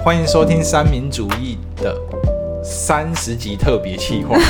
欢迎收听三民主义的30集特别企划。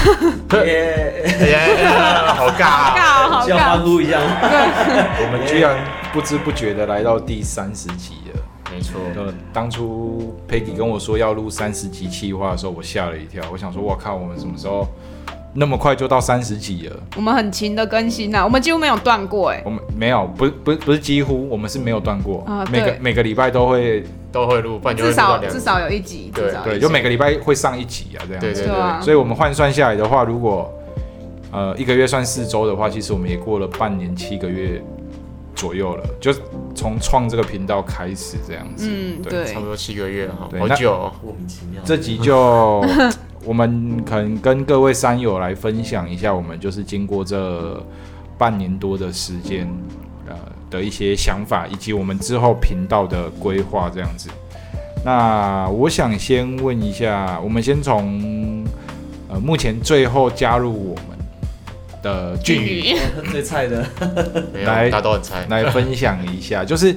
好尬， 好像欢呼一样。 我们居然不知不觉的来到第30集了。 没错， 当初 Peggy 跟我说要录30集企划的时候，我吓了一跳。我想说，我靠，我们什么时候那么快就到30集了？ 我们很勤的更新啊，我们几乎没有断过哎。 我们没有，不是几乎，我们是没有断过。每个礼拜都会录，不然就会录到2集， 至少有一集。 对，就每个礼拜会上1集啊，这样子。 对。 所以我们换算下来的话，如果1个月算4周的话，其实我们也过了半年7个月左右了，就从创这个频道开始这样子。 对， 差不多7个月了，好久哦， 莫名其妙。 这集就我们可能跟各位山友来分享一下，我们就是经过这半年多的时间，的一些想法，以及我们之后频道的规划这样子。那我想先问一下，我们先从目前最后加入我们的俊宇最菜的大家都很菜， 来分享一下，就是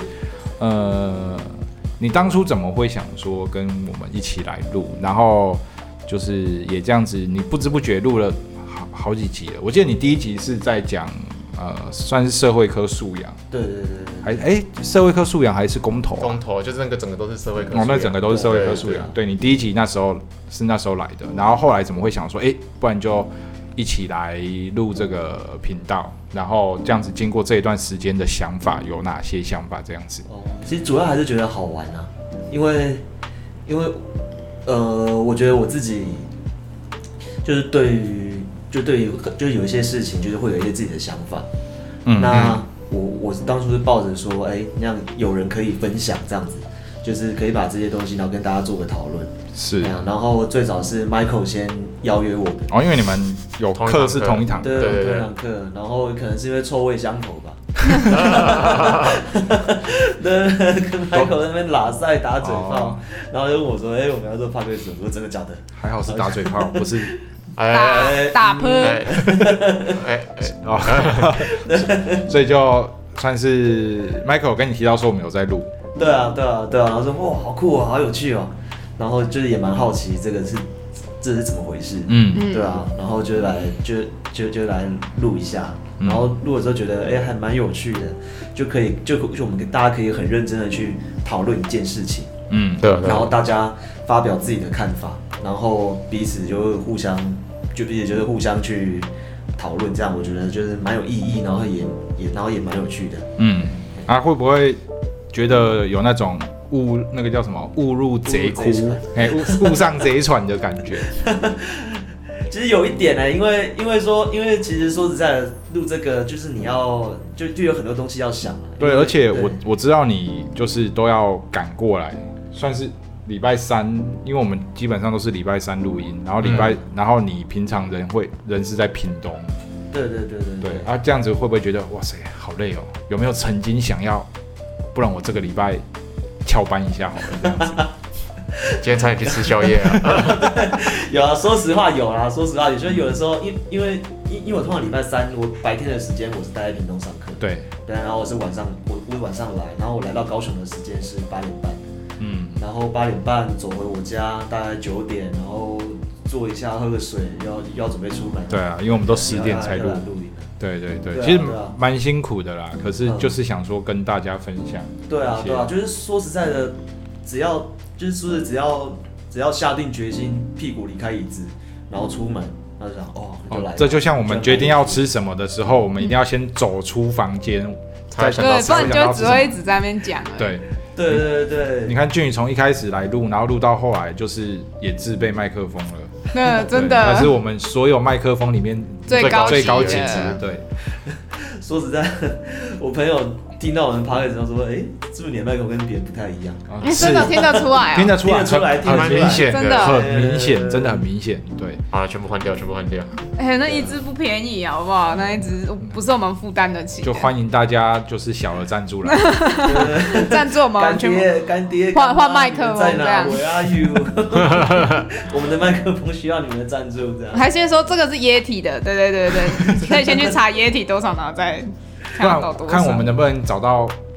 你当初怎么会想说跟我们一起来录，然后就是也这样子，你不知不觉录了好几集了。我记得你第1集是在讲算是社会科素养， 对， 社会科素养还是公投？ 公投就是那个整个都是社会科素养， 那整个都是社会科素养。对，你第1集那时候来的，然后后来怎么会想说，不然就一起来录这个频道，然后这样子经过这一段时间的想法有哪些想法？这样子。 其实主要还是觉得好玩啊，因为我觉得我自己就是对于就是有一些事情，就是会有一些自己的想法。那我当初是抱着说，那样有人可以分享这样子，就是可以把这些东西，然后跟大家做个讨论。 是。 然后最早是 Michael 先邀约我们。 因为你们有课是同一堂。 对，同一堂课。然后可能是因为臭味相投吧。对，跟 Michael 在那边拉塞打嘴炮，然后就问我说：“我们要做 podcast，我说真的假的？” 还好是打嘴炮，不是打喷。 所以就算是 Michael 跟你提到说我们有在录。 对啊，然后说哇好酷哦，好有趣哦，然后就是也蛮好奇这是怎么回事。对啊，然后就来录一下。然后录的时候觉得还蛮有趣的，就我们大家可以很认真的去讨论一件事情， 对， 然后大家发表自己的看法，然后彼此就互相去讨论，这样我觉得就是蛮有意义，然后也蛮有趣的。 会不会觉得有那种那个叫什么误入贼窟，误上贼船的感觉？ 其实有一点呢，因为其实说实在的，录这个就是你要就有很多东西要想。 对，而且我知道你就是都要赶过来，算是礼拜3，因为我们基本上都是礼拜3录音，然后然后你平常人是在屏东。 对啊，这样子会不会觉得哇塞好累哦？有没有曾经想要，不然我这个礼拜翘班一下好了这样子？ 今天差点去吃宵夜啊！ 有啊，说实话有啦，也就是有的时候，因为我通常礼拜3，我白天的时间我是待在屏东上课， 对， 然后我是晚上来，然后我来到高雄的时间是8点半，然后8点半走回我家，大概9点，然后坐一下喝个水，要准备出门。 对啊，因为我们都10点才录音。对，其实蛮辛苦的啦，可是就是想说跟大家分享。 对啊，就是说实在的，只要下定决心，屁股离开椅子，然后出门，然后就想就来了。 这就像我们决定要吃什么的时候，我们一定要先走出房间，才想到不然你就只会一直在那边讲。 对。 你看俊宇从一开始来录，然后录到后来就是也自备麦克风了。 真的。 那是我们所有麦克风里面最高级的。对。 说实在，我朋友听到我们 podcast 说，是不是你的麦克风跟别人不太一样？ 真的听得出来， 听得出来， 很明显， 真的很明显，真的很明显。对， 好了，全部换掉。 那一支不便宜，好不好？那一支不是我们负担得起。 就欢迎大家就是小额赞助来， 赞助我们干爹换麦克风这样。 Where are you？ 我们的麦克风需要你们的赞助这样。 还先说这个是液体的，对，可以先去查液体多少，然后再。 看我们能不能找到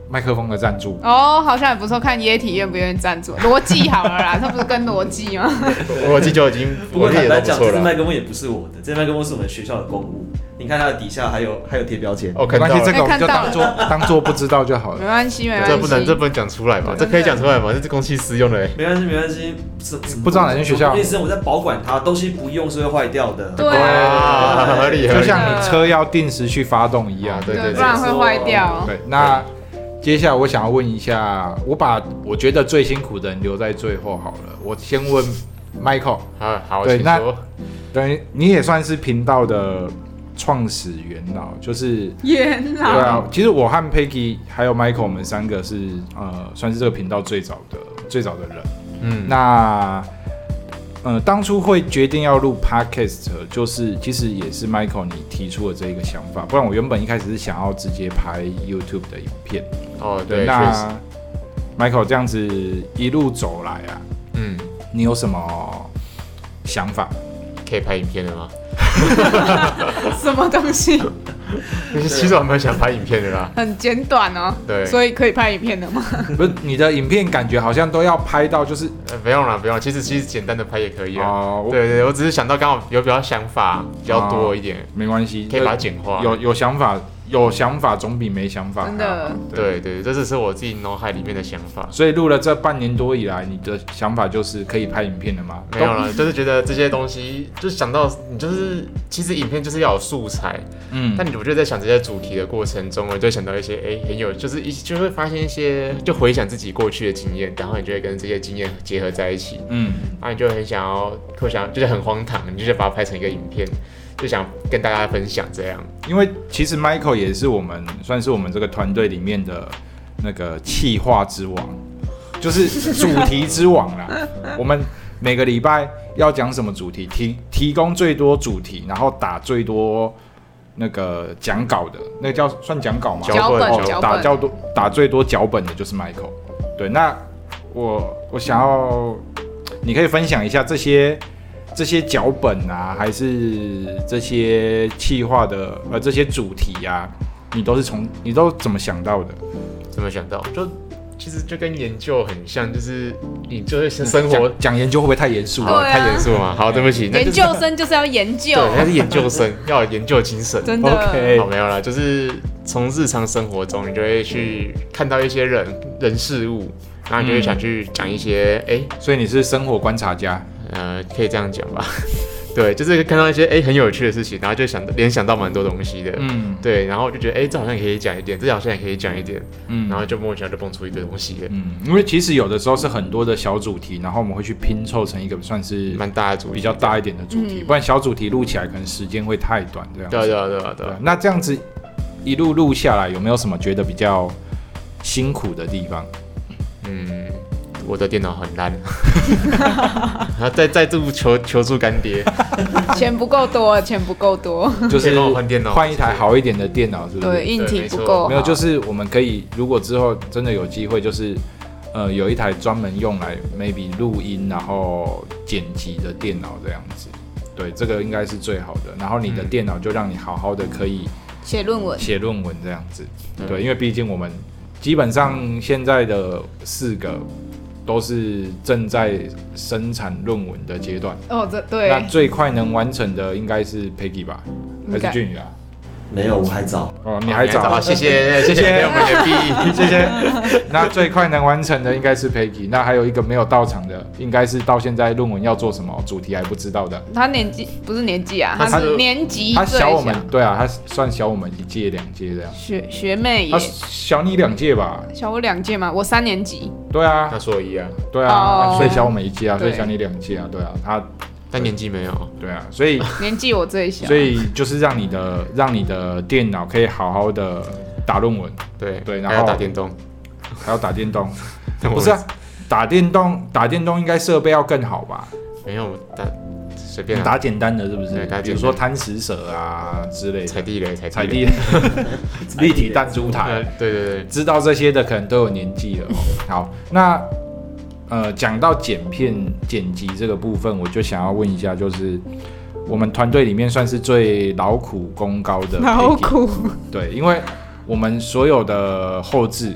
麦克风的赞助。 哦，好像也不错，看椰体愿不愿意赞助。逻辑好了啦，他不是跟逻辑吗？ 逻辑就已经不过坦白讲，这支了。 麦克风也不是我的，这支麦克风是我们学校的公物。你看它的底下还有贴标签。 哦， 没关系，这个我们就看当做不知道就好了。 没关系，没关系。 这不能讲出来嘛？这可以讲出来吗？这是公器私用的。 没关系， 不知道哪间学校。 意思我在保管它，东西不用是会坏掉的。 对， 合理。 就像你车要定时去发动一样， 对，不然会坏掉。 对，那接下来我想要问一下，我把我觉得最辛苦的人留在最后好了。我先问 Michael。 好， 对，那说等于你也算是频道的创始元老，就是元老。 对啊，其实我和 Peggy 还有 Michael， 我们3个是算是这个频道最早的人。那当初会决定要录 Podcast， 就是其实也是 Michael 你提出的这一个想法，不然我原本一开始是想要直接拍 YouTube 的影片。 哦，对， 那 Michael 这样子一路走来啊，你有什么想法？ 可以拍影片的吗？ 什么东西？ 其实我蛮想拍影片的啦， 很简短哦。 对， 所以可以拍影片的吗？ 不是，你的影片感觉好像都要拍到就是， 不用了，其实简单的拍也可以啊。 对对，我只是想到刚好有比较想法比较多一点， 没关系， 可以把它简化。 有想法总比没想法。 真的。 对，这只是我自己脑海里面的想法。 所以录了这半年多以来，你的想法就是可以拍影片了吗？ 没有了，就是觉得这些东西，就是想到你就是其实影片就是要有素材，但我觉得在想这些主题的过程中，我就想到一些很有，就会发现一些，就回想自己过去的经验，然后你就会跟这些经验结合在一起，然后你就很想要，就是很荒唐，你就把它拍成一个影片。就想跟大家分享这样， 因为其实 Michael 也是算是我们这个团队里面的那个企划之王，就是主题之王啦。我们每个礼拜要讲什么主题，提供最多主题，然后打最多那个讲稿的，那个算讲稿吗？ 脚本打最多脚本的就是 Michael。对，那我想要，你可以分享一下这些脚本啊，还是这些企划的这些主题啊，你都怎么想到的？ 怎么想到？其实就跟研究很像，就是你就会生活讲研究会不会太严肃了？ 太严肃吗？好，对不起。 研究生就是要研究， 对，他是研究生，要有研究精神。 真的。 Okay. 好，没有啦，就是从日常生活中，你就会去看到一些人事物，然后你就会想去讲一些所以你是生活观察家。 可以这样讲吧，对，就是看到一些很有趣的事情，然后就联想到蛮多东西的，对，然后就觉得这好像可以讲一点，这好像也可以讲一点，然后就默默就蹦出一堆东西了， 因为其实有的时候是很多的小主题，然后我们会去拼凑成一个算是蛮大的主题， 比较大一点的主题，不然小主题录起来可能时间会太短这样子。对。那这样子一路录下来，有没有什么觉得比较辛苦的地方？ 我的电脑很烂，然后再度求助干爹， 钱不够多， 就是帮我换电脑， 换一台好一点的电脑，是不是？ 对，硬体不够。 没有，就是我们可以，如果之后真的有机会，就是有一台专门用来 maybe 录音然后剪辑的电脑这样子，对，这个应该是最好的。然后你的电脑就让你好好的可以写论文这样子，对，因为毕竟我们基本上现在的4个。都是正在生产论文的阶段。 对。 那最快能完成的应该是 Peggy 吧，还是俊宇啊？ 没有，我还早。 你还早， 谢谢我们的 B， 谢谢。那最快能完成的应该是 Peggy， 那还有一个没有到场的，应该是到现在论文要做什么主题还不知道的。 他不是年纪啊，他是年级最小。 他小我们，对啊，他算小我们1届2届这样。 学妹也。 他小你2届吧？ 小我2届嘛，我3年级。 对啊。 他硕1啊。 对啊，所以小我们1届啊，所以小你2届啊，对啊， 但年纪没有， 对啊，所以年纪我最小， 所以就是让你的电脑可以好好的打论文，对，然后还要打电动， 不是啊，打电动应该设备要更好吧？ 没有随便打简单的，是不是？ 对， 比如说贪食蛇啊之类的， 踩地雷， 立体弹珠台， 对， 知道这些的可能都有年纪了。好，那。讲到剪辑这个部分，我就想要问一下，就是我们团队里面算是最劳苦功高的， 劳苦， 对，因为我们所有的后制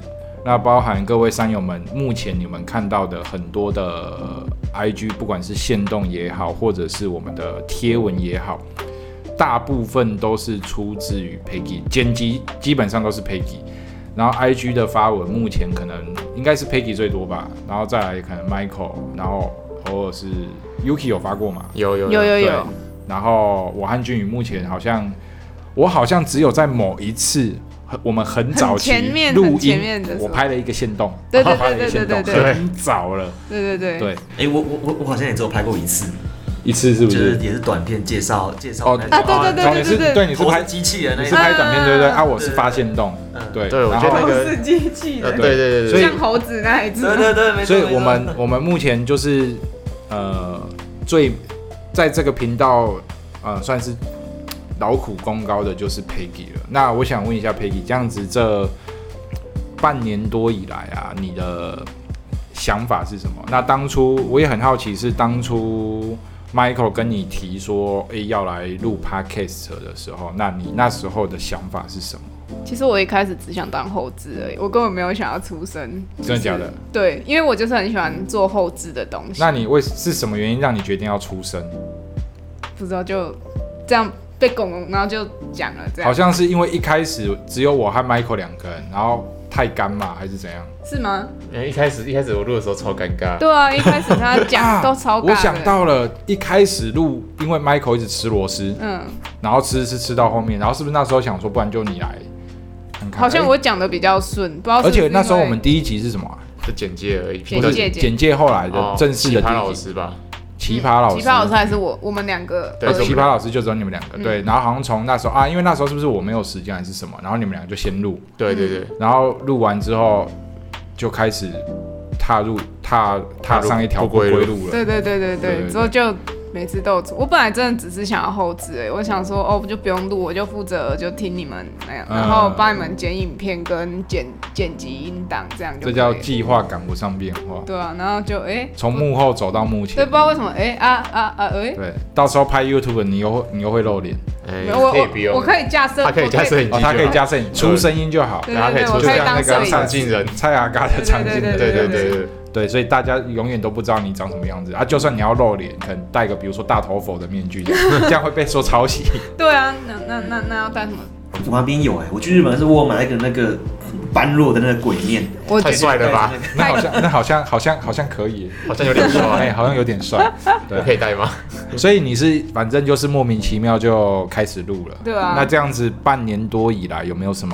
那包含各位山友们，目前你们看到的很多的 IG， 不管是限动也好，或者是我们的贴文也好，大部分都是出自于 Peggy， 剪辑基本上都是 Peggy， 然后 IG 的发文目前可能应该是 Peggy 最多吧，然后再来可能 Michael， 然后偶尔是 Yuki 有发过嘛？ 有， 然后我和俊宇目前我好像只有在某一次。我们很早期录音，我拍了一个限动， 对， 很早了， 对。 我好像也只有拍过一次是不是？ 就是也是短片介绍哦对，你是拍机器人， 你是拍短片对不对？啊，我是发限动，对， 我觉得那个是机器人， 对， 所以像猴子那一只， 对， 所以我们目前就是最在这个频道算是。劳苦功高的就是 Peggy 了。那我想问一下 Peggy， 这样子这半年多以来啊，你的想法是什么？那当初我也很好奇，是当初 Michael 跟你提说，要来录 Podcast 的时候，那你那时候的想法是什么？ 其实我一开始只想当后制而已，我根本没有想要出声。 真的假的？ 对，因为我就是很喜欢做后制的东西。 那你是什么原因让你决定要出声？ 不知道，就这样。被拱，然后就讲了这样。 好像是因为一开始只有我和 Michael 两个人，然后太干嘛，还是怎样？ 是吗？ 一开始我录的时候超尴尬。 对啊，一开始他讲都超尬的。 我想到了，一开始录，因为 Michael 一直吃螺丝，然后吃到后面，然后是不是那时候想说，不然就你来看看？ 好像我讲的比较顺，不知道是不是。 而且那时候我们第一集是什么啊？ 就简介而已， 简介后来的正式的第一集。 老师吧。 奇葩老师还是我们两个， 对，奇葩老师就只有你们两个，对，然后好像从那时候因为那时候是不是我没有时间还是什么，然后你们两个就先录， 对， 然后录完之后就开始踏上一条不归路了， 对，之后就每次都有出。我本来真的只是想要后制我想说我就不用录，我就负责就听你们那样，然后帮你们剪影片跟剪辑音档，这样就可以。 这叫计划赶不上变化。 对啊，然后就从幕后走到幕前。 对，不知道为什么对，到时候拍 YouTube 你又会露脸。 我可以架摄， 他可以架摄影机， 他可以架摄影，出声音就好。 他可以出声音， 那个场镜人， 蔡阿嘎的场镜人， 对，所以大家永远都不知道你长什么样子啊！就算你要露脸，可能戴个比如说大头佛的面具，这样会被说抄袭。 对啊，那要戴什么？ 我旁边有我去日本是我买那个般若的那个鬼面， 太帅了吧？ 那好像可以， 好像有点帅， 好像有点帅。 我可以戴吗？ 所以你是反正就是莫名其妙就开始录了， 对啊。 那这样子半年多以来有没有什么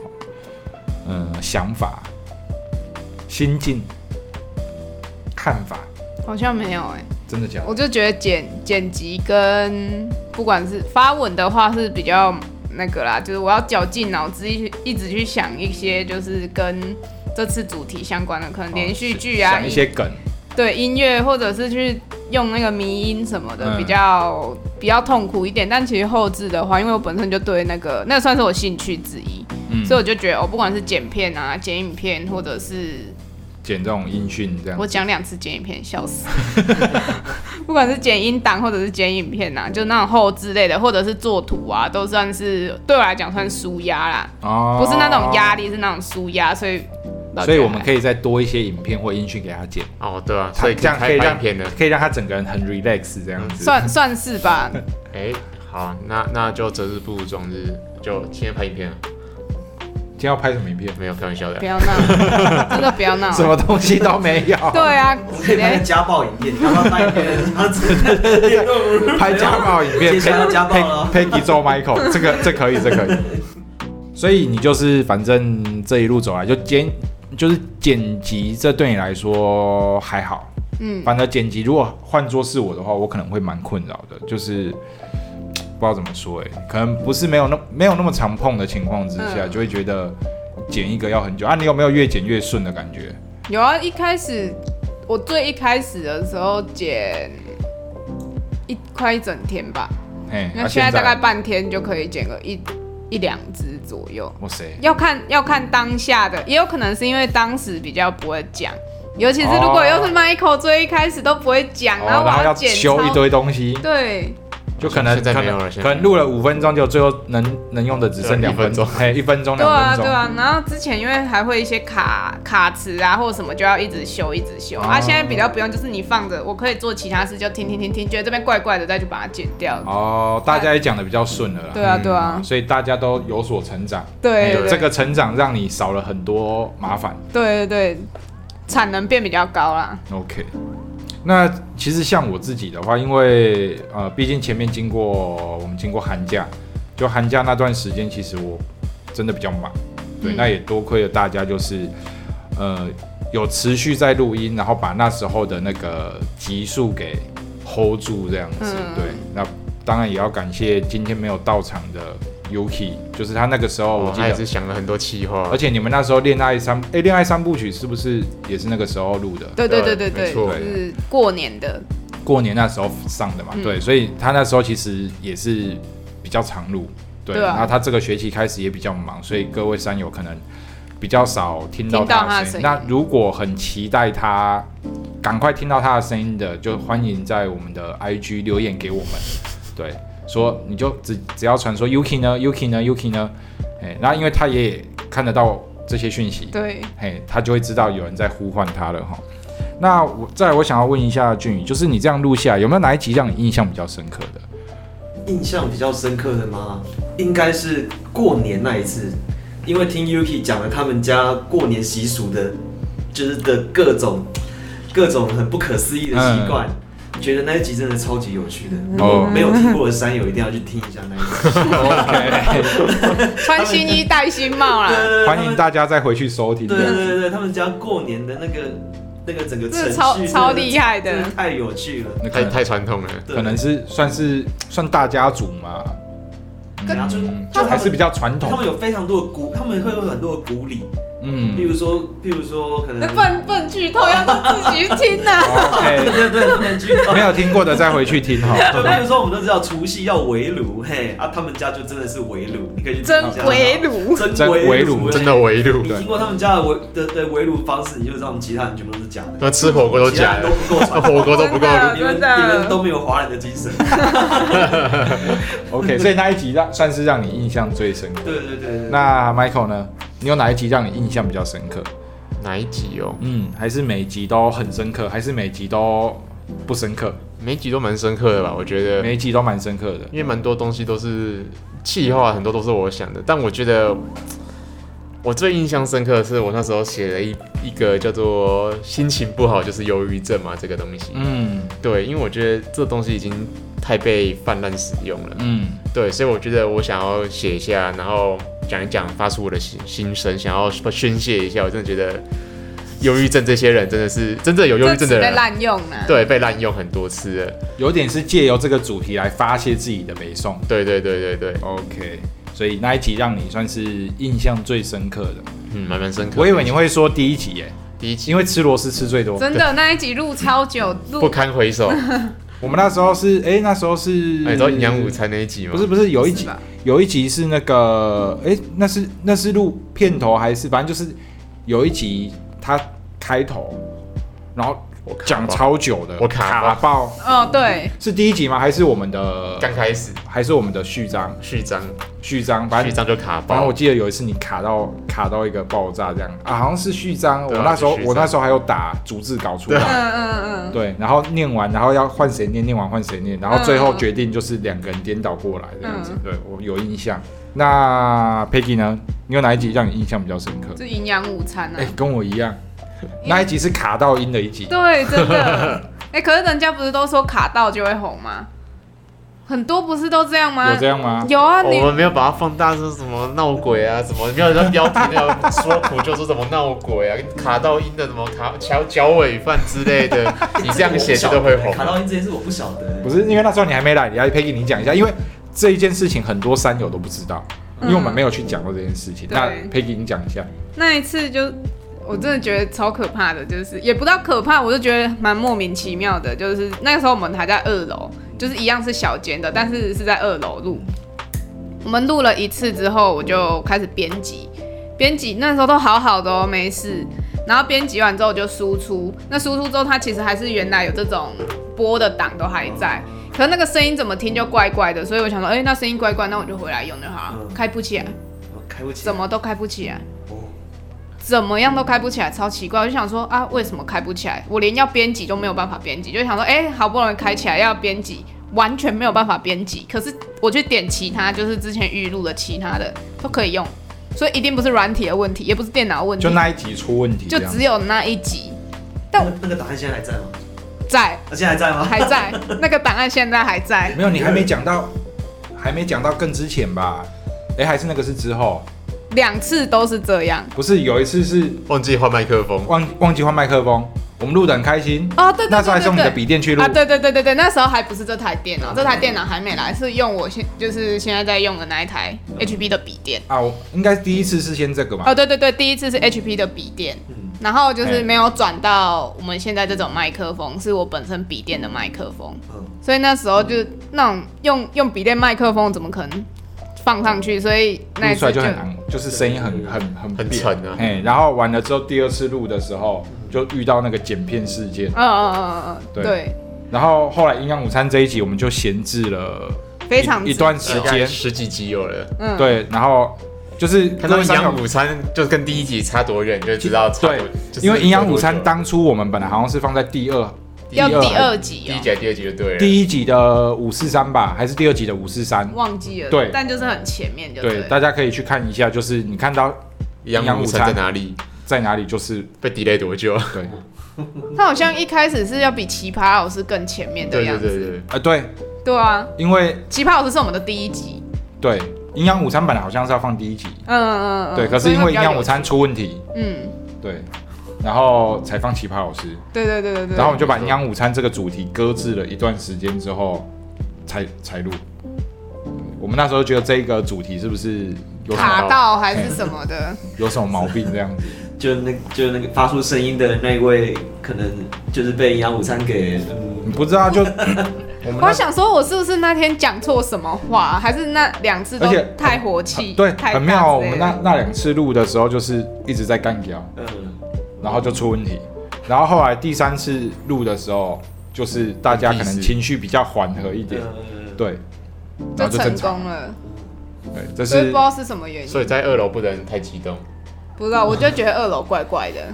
想法、心境？看法好像没有真的假的？ 我就觉得剪辑跟不管是发文的话是比较那个啦，就是我要绞尽脑汁一直去想一些就是跟这次主题相关的，可能连续剧啊， 想一些梗， 对音乐或者是去用那个迷音什么的，比较痛苦一点。但其实后制的话，因为我本身就对那个算是我兴趣之一，所以我就觉得不管是剪片啊、剪影片或者是。 剪这种音讯这样， 我讲2次剪影片，笑死！不管是剪音档或者是剪影片啊，就那种后制类的，或者是做图啊，都算是对我来讲算舒压啦。不是那种压力，是那种舒压，所以我们可以再多一些影片或音讯给他剪。 对啊，所以这样可以让他整个人很 relax 这样子。 算是吧。 好，那就择日不如撞日，就今天拍影片了。 今天要拍什么影片？ 没有，开玩笑的。 不要闹，真的不要闹。 什么东西都没有。 对啊， 可以拍家暴影片，拍影片， 拍家暴影片， 接下来家暴了。 Peggy 揍 Michael， 这可以。所以你就是反正这一路走来，就是剪辑，这对你来说还好。反正剪辑如果换作是我的话，我可能会蛮困扰的，就是。不知道怎么说可能不是没有那么常碰的情况之下，就会觉得剪一个要很久啊。你有没有越剪越顺的感觉？ 有啊，我最一开始的时候剪快一整天吧，那现在大概半天就可以剪个一两支左右。 哇塞！ 要看当下的，也有可能是因为当时比较不会讲。尤其是如果又是 Michael 最一开始都不会讲，然后我要剪修一堆东西， 对， 就可能现在没有了， 可能录了5分钟，就最后能用的只剩2分钟，1分钟2分钟。 对啊对啊，然后之前因为还会一些卡词啊或者什么就要一直修，现在比较不用，就是你放着，我可以做其他事，就听，觉得这边怪怪的再去把它剪掉。 大家也讲的比较顺了啦。 对啊， 所以大家都有所成长。 对， 这个成长让你少了很多麻烦。 对，产能变比较高啦。 OK。那其实像我自己的话，因为毕竟前面我们经过寒假，就寒假那段时间，其实我真的比较忙，对，那也多亏了大家，就是有持续在录音，然后把那时候的那个集数给 hold 住这样子，对，那当然也要感谢今天没有到场的 Yuki， 就是他那个时候我记得他也是想了很多企划， 而且你们那时候恋爱3部曲是不是也是那个时候录的？ 对， 没错， 是过年那时候上的嘛，对，所以他那时候其实也是比较常录，对，然后他这个学期开始也比较忙，所以各位山友可能比较少听到他的声音。那如果很期待他赶快听到他的声音的，就欢迎在我们的 IG 留言给我们，对。说你就只要传说 Yuki 呢，然后因为他也看得到这些讯息， 对， 他就会知道有人在呼唤他了哈。那我想要问一下俊宇，就是你这样录下来，有没有哪一集让你印象比较深刻的？ 印象比较深刻的吗？应该是过年那一次，因为听 Yuki 讲了他们家过年习俗的，就是的各种很不可思议的习惯。觉得那一集真的超级有趣的，没有听过的山友一定要去听一下那一集。 OK， 穿新衣戴新帽啦， 欢迎大家再回去收听。 对，他们家过年的那个整个程序超厉害的， 太有趣了， 太传统了， 可能是算大家族嘛。就还是比较传统。 他们有非常多的他们会有很多的古礼。譬如说，可能不能剧透，要自己去听啊。 OK， 对，不能剧透。 没有听过的再回去听哈。 就比如说，我们都知道除夕要围炉，他们家就真的是围炉，你可以去听一下。 真围炉， 真的围炉。 你听过他们家的围炉方式，你就知道我们其他人全部都是假的。 那吃火锅都假的，火锅都不够你们都没有华人的精神。 OK， 所以那一集算是让你印象最深刻。 对。 那 Michael 呢？你有哪一集让你印象比较深刻？ 哪一集哦？ 还是每集都很深刻，还是每集都不深刻？ 每一集都蛮深刻的吧，我觉得。 每一集都蛮深刻的， 因为蛮多东西都是企划，很多都是我想的。但我觉得我最印象深刻的是，我那时候写了一个叫做“心情不好就是忧郁症”嘛，这个东西。对，因为我觉得这东西已经太被泛滥使用了。对，所以我觉得我想要写一下，然后讲一讲，发出我的心声，想要宣泄一下。我真的觉得忧郁症这些人真的有忧郁症的人被滥用了， 对，被滥用很多次了。 有点是借由这个主题来发泄自己的北宋。 对。 OK， 所以那一集让你算是印象最深刻的。 蛮深刻的。 我以为你会说第一集耶，因为吃螺丝吃最多。 真的那一集录超久， 不堪回首。 我们那时候是你说营养午餐那一集吗？ 不是有一集是那个那是录片头还是反正就是有一集他开头，然后讲超久的， 我卡爆。 对， 是第一集吗？还是我们的刚开始？ 还是我们的序章，反正序章就卡爆。 反正我记得有一次你卡到一个爆炸这样啊，好像是序章。我那时候还有打逐字稿出来，对，然后念完，然后要换谁念，念完换谁念，然后最后决定就是2个人颠倒过来这样子。对，我有印象。那 Peggy 呢？你有哪一集让你印象比较深刻？ 是营养午餐啊。 跟我一样，那一集是卡到音的一集。 对，真的。可是人家不是都说卡到就会红吗？很多不是都这样吗？ 有这样吗？ 有啊， 我们没有把它放大，是什么闹鬼啊，什么没有人标题没有说谱就说什么闹鬼啊，卡到音的什么脚尾饭之类的，你这样写绝对会红。 卡到音这件事我不晓得， 不是因为那时候你还没来，你要Peggy你讲一下，因为这一件事情很多山友都不知道，因为我们没有去讲过这件事情。那Peggy你讲一下。 那一次就我真的觉得超可怕的，就是也不到可怕，我就觉得蛮莫名其妙的，就是那个时候我们还在2楼。就是一样是小间的，但是是在2楼录。我们录了一次之后，我就开始编辑。那时候都好好的没事。然后编辑完之后就输出。那输出之后，它其实还是原来有这种播的档都还在。 可是那个声音怎么听就怪怪的，所以我想说，那声音怪怪，那我就回来用就好了。开不起来， 开不起来， 怎么都开不起来，怎么样都开不起来，超奇怪。我就想说啊，为什么开不起来？我连要编辑都没有办法编辑，就想说，好不容易开起来要编辑，完全没有办法编辑。可是我去点其他，就是之前预录的其他的都可以用，所以一定不是软体的问题，也不是电脑的问题， 就那一集出问题， 就只有那一集。但那个档案现在还在吗？ 在， 现在还在吗？ 还在，那个档案现在还在。 没有，你还没讲到更之前吧？还是那个是之后 ？2次都是这样。 不是，有一次是忘记换麦克风， 忘记换麦克风，我们录得很开心哦，对， 那时候还是用你的笔电去录啊，对，那时候还不是这台电脑，这台电脑还没来，是用我就是现在在用的那一台 HP 的笔电啊，我应该第一次是先这个嘛？ 哦，对，第一次是 HP 的笔电，然后就是没有转到我们现在这种麦克风，是我本身笔电的麦克风，所以那时候就那种用笔电麦克风怎么可能放上去，所以那一次录出来就很难，就是声音很沉啊。 然后完了之后，第2次录的时候就遇到那个剪片事件。 对。 然后后来营养午餐这一集我们就闲置了非常一段时间 ，10几集有了。 对，然后就是看到营养午餐就跟第1集差多远，就知道差多。 对，因为营养午餐当初我们本来好像是放在第2 集， 第1集还是第2集就对了。 第1集的543吧，还是第2集的543？ 忘记了。 对， 但就是很前面就对，大家可以去看一下，就是你看到营养午餐在哪里， 就是被 delay 多久？ 对， 他好像一开始是要比奇葩老师更前面的样子。 对啊， 因为奇葩老师是我们的第1集。 对，营养午餐本来好像是要放第1集。对，可是因为营养午餐出问题。对。然后才放奇葩老师， 对。 然后我们就把营养午餐这个主题搁置了一段时间之后，才录。我们那时候觉得这个主题是不是有卡到还是什么的， 有什么毛病这样子？ 就那个发出声音的那一位，可能就是被营养午餐给你不知道就。 我想说，我是不是那天讲错什么话，还是那2次都太火气？ 对，很妙。我们那2次录的时候，就是一直在干掉。然后就出问题，然后后来第3次录的时候，就是大家可能情绪比较缓和一点，对，然后就成功了。 对，这是不知道是什么原因。 所以在2楼不能太激动。 不知道，我就觉得2楼怪怪的。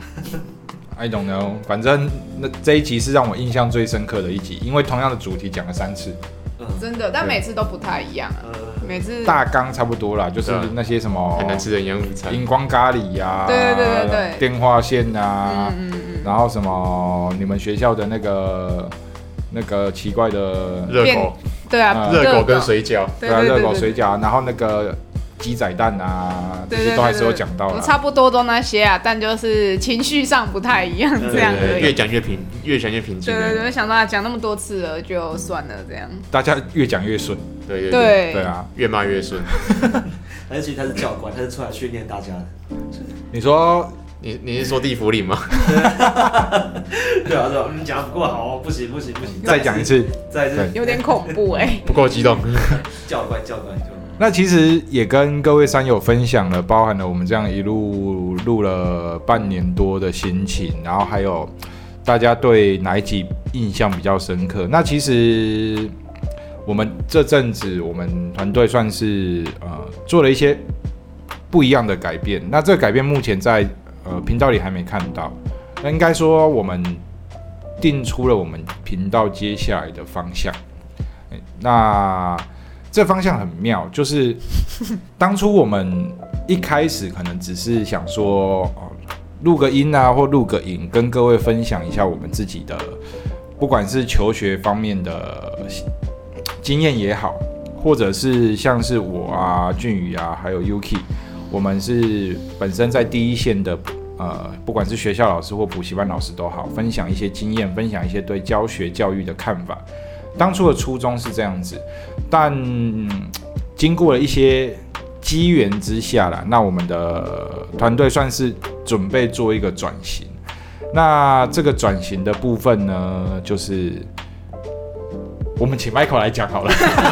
I don't know， 反正这一集是让我印象最深刻的一集，因为同样的主题讲了3次。 真的，但每次都不太一样啊。每次大纲差不多啦，就是那些什么很难吃的营养午餐、 荧光咖喱呀， 对， 电话线啊，然后什么你们学校的那个奇怪的热狗， 对啊， 热狗跟水饺， 对啊，热狗水饺，然后那个鸡仔蛋啊，这些都还是有讲到的， 差不多都那些啊，但就是情绪上不太一样，这样而已。 越讲越平静。 对，想到讲那么多次了，就算了这样。 大家越讲越顺， 对啊， 越骂越顺。 而且他是教官，他是出来训练大家的。 你说你是说地府里吗？ 对啊，你讲的不够好，不行， 再讲一次， 有点恐怖不够激动。 教官。 那其实也跟各位山友分享了，包含了我们这样一路录了半年多的心情，然后还有大家对哪一集印象比较深刻。那其实我们这阵子我们团队算是做了一些不一样的改变。那这个改变目前在频道里还没看到，那应该说我们定出了我们频道接下来的方向。那这方向很妙，就是当初我们一开始可能只是想说，录个音啊，或录个影，跟各位分享一下我们自己的，不管是求学方面的经验也好，或者是像是我啊、俊宇啊，还有 Yuki， 我们是本身在第一线的，不管是学校老师或补习班老师都好，分享一些经验，分享一些对教学教育的看法。当初的初衷是这样子，但经过了一些机缘之下啦，那我们的团队算是准备做一个转型。那这个转型的部分呢，就是我们请 Michael 来讲好了。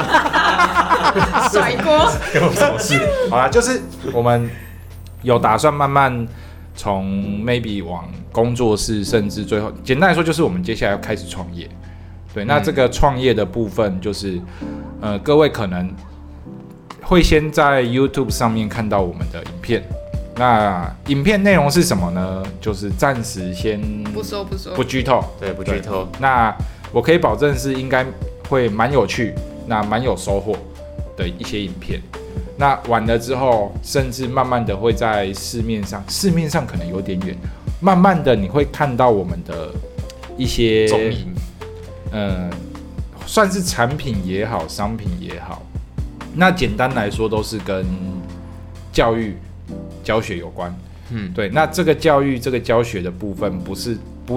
甩锅， 有什么事？好啦，就是我们有打算慢慢从 maybe 往工作室，甚至最后简单来说，就是我们接下来要开始创业。 对，那这个创业的部分就是，各位可能会先在 YouTube 上面看到我们的影片。那影片内容是什么呢？就是暂时先不说， 不剧透， 对，不剧透。 那我可以保证是应该会蛮有趣，那蛮有收获的一些影片。那完了之后，甚至慢慢的会在市面上可能有点远，慢慢的你会看到我们的一些踪影， 算是产品也好，商品也好。那简单来说，都是跟教育教学有关，对。那这个教育、这个教学的部分，不是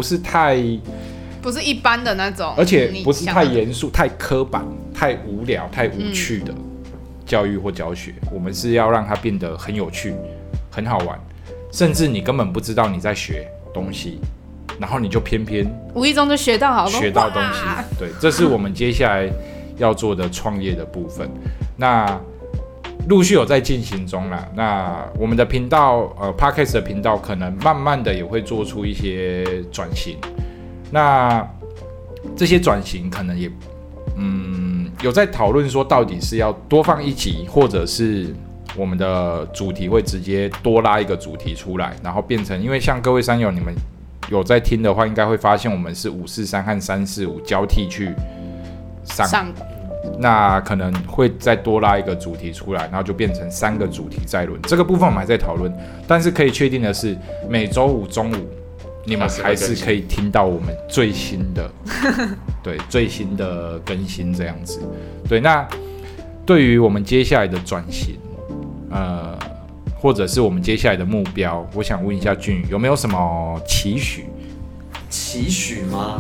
一般的那种， 而且不是太严肃、太刻板、太无聊、太无趣的教育或教学。我们是要让它变得很有趣、很好玩，甚至你根本不知道你在学东西，然后你就偏偏无意中就学到东西。对，这是我们接下来要做的创业的部分。那陆续有在进行中啦。那我们的频道Podcast 的频道可能慢慢的也会做出一些转型。那这些转型可能也有在讨论说，到底是要多放一集，或者是我们的主题会直接多拉一个主题出来，然后变成，因为像各位山友你们有在听的话，应该会发现我们是543和345交替去上。那可能会再多拉一个主题出来，然后就变成3个主题再轮。这个部分我们还在讨论，但是可以确定的是，每周5中午你们还是可以听到我们最新的对，最新的更新这样子。对，那对于我们接下来的转型，或者是我们接下来的目标，我想问一下俊宇，有没有什么期许？ 期许吗？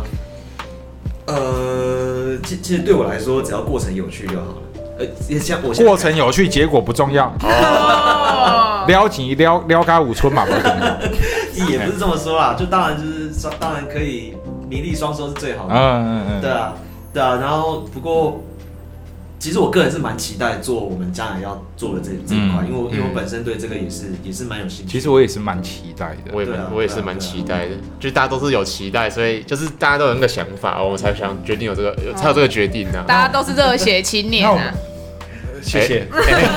其实对我来说，只要过程有趣就好了。像我过程有趣，结果不重要。撩钱撩咖五村嘛，不重要。 也不是这么说啦，就当然可以名利双收是最好的。对啊。然后不过，其实我个人是蛮期待做我们将来要做的这一块，因为我本身对这个也是蛮有兴趣。 其实我也是蛮期待的， 我也是蛮期待的，就是大家都是有期待，所以就是大家都有那个想法，我们才想决定才有这个决定呢。 大家都是热血青年啊！ 谢谢。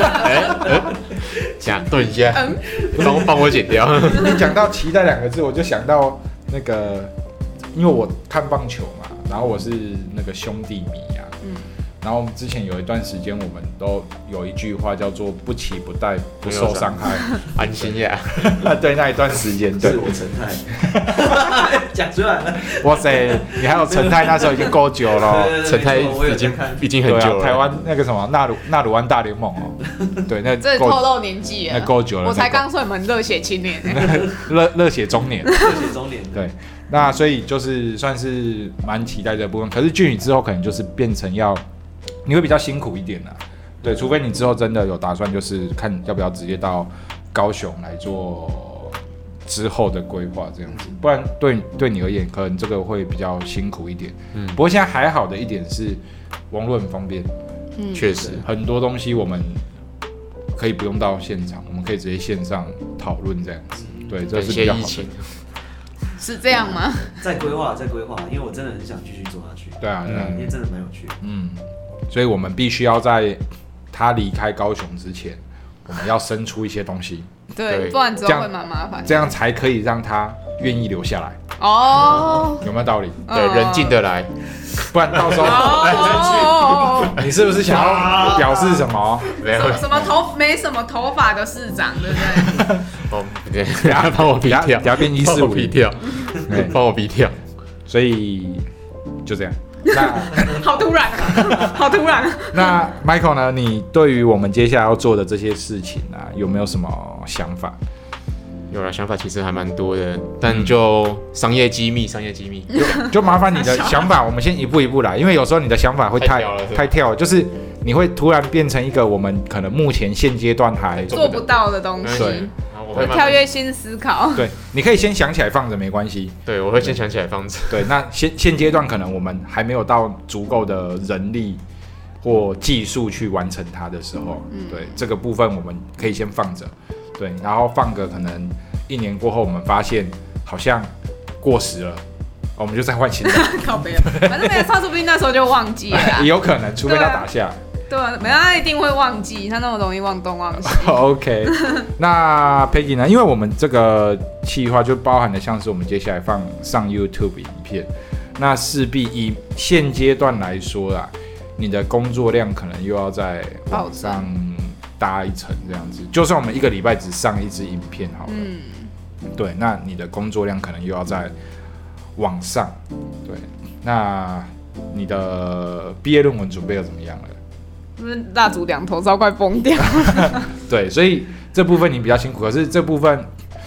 顿一下，帮我剪掉。 你讲到期待2个字，我就想到那个，因为我看棒球嘛，然后我是那个兄弟迷啊。然后之前有一段时间，我们都有一句话叫做"不期不待，不受伤害， 安心呀"。 对，那一段时间，对， 是我陈泰讲出来了。 哇塞，你还有陈泰那时候已经够久了， 陈泰已经很久了。 台湾那个什么纳鲁湾大联盟哦，对，那这透露年纪了， 那够久了。 我才刚说你们热血青年， 热血中年，对。那所以就是算是蛮期待这部分，可是俊宇之后可能就是变成你会比较辛苦一点啦，对，除非你之后真的有打算，就是看要不要直接到高雄来做之后的规划这样子，不然对你而言，可能这个会比较辛苦一点。不过现在还好的一点是网络很方便， 确实很多东西我们可以不用到现场，我们可以直接线上讨论这样子，对，这是比较好的。 是这样吗？ 在规划，因为我真的很想继续做下去。 对啊， 因为真的蛮有趣的。 所以我们必须要在他离开高雄之前，我们要生出一些东西。 对，不然之后会蛮麻烦。 这样才可以让他愿意留下来。 有没有道理？ 对，人进得来， 不然到时候你是不是想要表示什么？ 什么没什么头发的市长，对不对？ 对？ 等下帮我逼掉， 等下变145 逼掉，帮我逼掉。 所以就这样。 好突然，好突然。 那 Michael 呢？你对于我们接下来要做的这些事情啊，有没有什么想法？ 有了想法，其实还蛮多的，但就商业机密， 就麻烦你的想法，我们先一步一步来，因为有时候你的想法会太跳了，就是你会突然变成一个我们可能目前现阶段还做不到的东西。 对。 会跳跃性思考。 对，你可以先想起来放着没关系。 对，我会先想起来放着。 对，那现阶段可能我们还没有到足够的人力或技术去完成它的时候，对这个部分我们可以先放着。对，然后放个可能1年过后，我们发现好像过时了， 我们就再换新的。 靠北了，反正没有他说不定那时候就忘记了啦。 也有可能，除非他打下。 对啊，没有他一定会忘记，他那么容易忘东忘西。 OK， 那 Peggy 呢？因为我们这个企划就包含了像是我们接下来上 YouTube 影片，那势必以现阶段来说啦，你的工作量可能又要在往上搭一层这样子。就算我们一个礼拜只上一支影片好了，对，那你的工作量可能又要在往上。对，那你的毕业论文准备的怎么样了？ 蜡烛两头烧，快崩掉。 对，所以这部分你比较辛苦，可是这部分，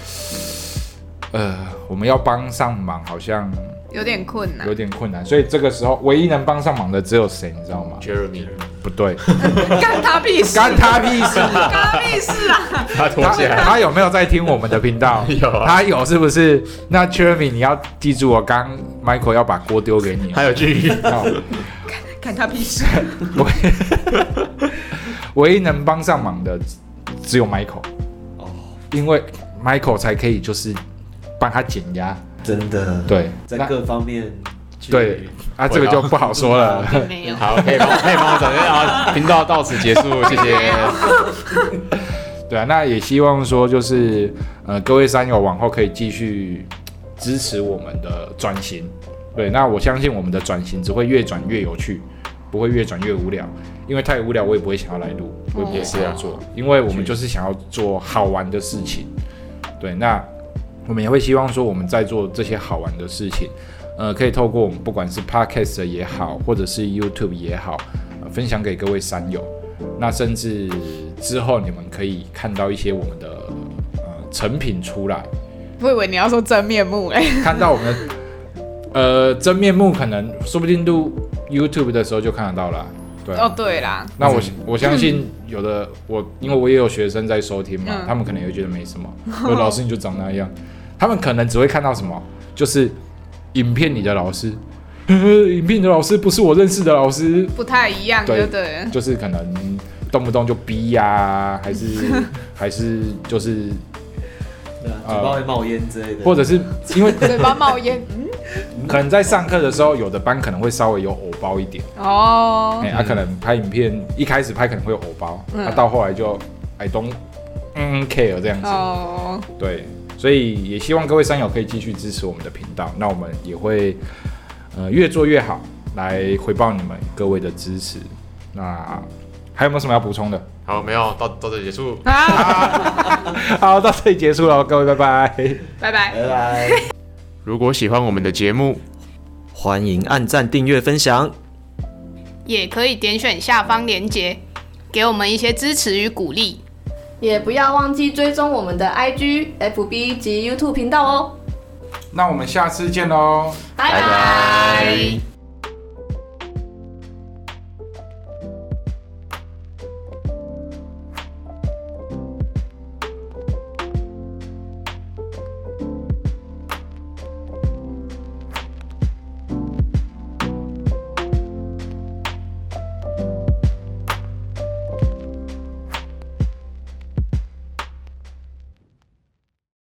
我们要帮上忙，好像有点困难， 所以这个时候唯一能帮上忙的只有谁，你知道吗 ？Jeremy， 不对， 干他屁事， 干他屁事， 干他屁事啊！ 他脱下来， 他有没有在听我们的频道？ 有啊， 他有是不是？那 Jeremy， 你要记住，我刚 Michael 要把锅丢给你， 还有句。 看他屁事！ 唯一能帮上忙的只有 Michael， 因为 Michael 才可以就是帮他减压， 真的， 对， 在各方面， 对啊，这个就不好说了。 没有， 好，可以帮我转接，然后频道到此结束，谢谢。 对啊，那也希望说就是各位山友往后可以继续支持我们的转型。对，那我相信我们的转型只会越转越有趣，不会越转越无聊。因为太无聊，我也不会想要来录，我也不会想要做，因为我们就是想要做好玩的事情。对，那我们也会希望说我们在做这些好玩的事情，可以透过我们不管是 Podcast 也好，或者是 YouTube 也好，分享给各位山友。那甚至之后你们可以看到一些我们的成品出来。 我以为你要说真面目看到我们的真面目，可能说不定录 YouTube 的时候就看得到了。对哦，对啦。 那我相信有的因为我也有学生在收听嘛，他们可能也会觉得没什么，老师你就长那样，他们可能只会看到什么，就是影片里的老师，影片里的老师不是我认识的老师， 不太一样，对对， 就是可能动不动就逼呀，还是就是嘴巴会冒烟之类的， 或者是因为嘴巴冒烟， 可能在上课的时候，有的班可能会稍微有偶包一点哦，可能拍影片一开始拍可能会有偶包，到后来就 I don't care 这样子哦，对，所以也希望各位山友可以继续支持我们的频道，那我们也会越做越好，来回报你们各位的支持。那还有没有什么要补充的？ 好，没有，到这里结束。 好，到这里结束了，各位，拜拜， 拜拜， 拜拜。 如果喜欢我们的节目， 欢迎按赞、订阅、分享， 也可以点选下方连结，给我们一些支持与鼓励。 也不要忘记追踪我们的 IG、FB 及 YouTube 频道哦。 那我们下次见喽， 拜拜。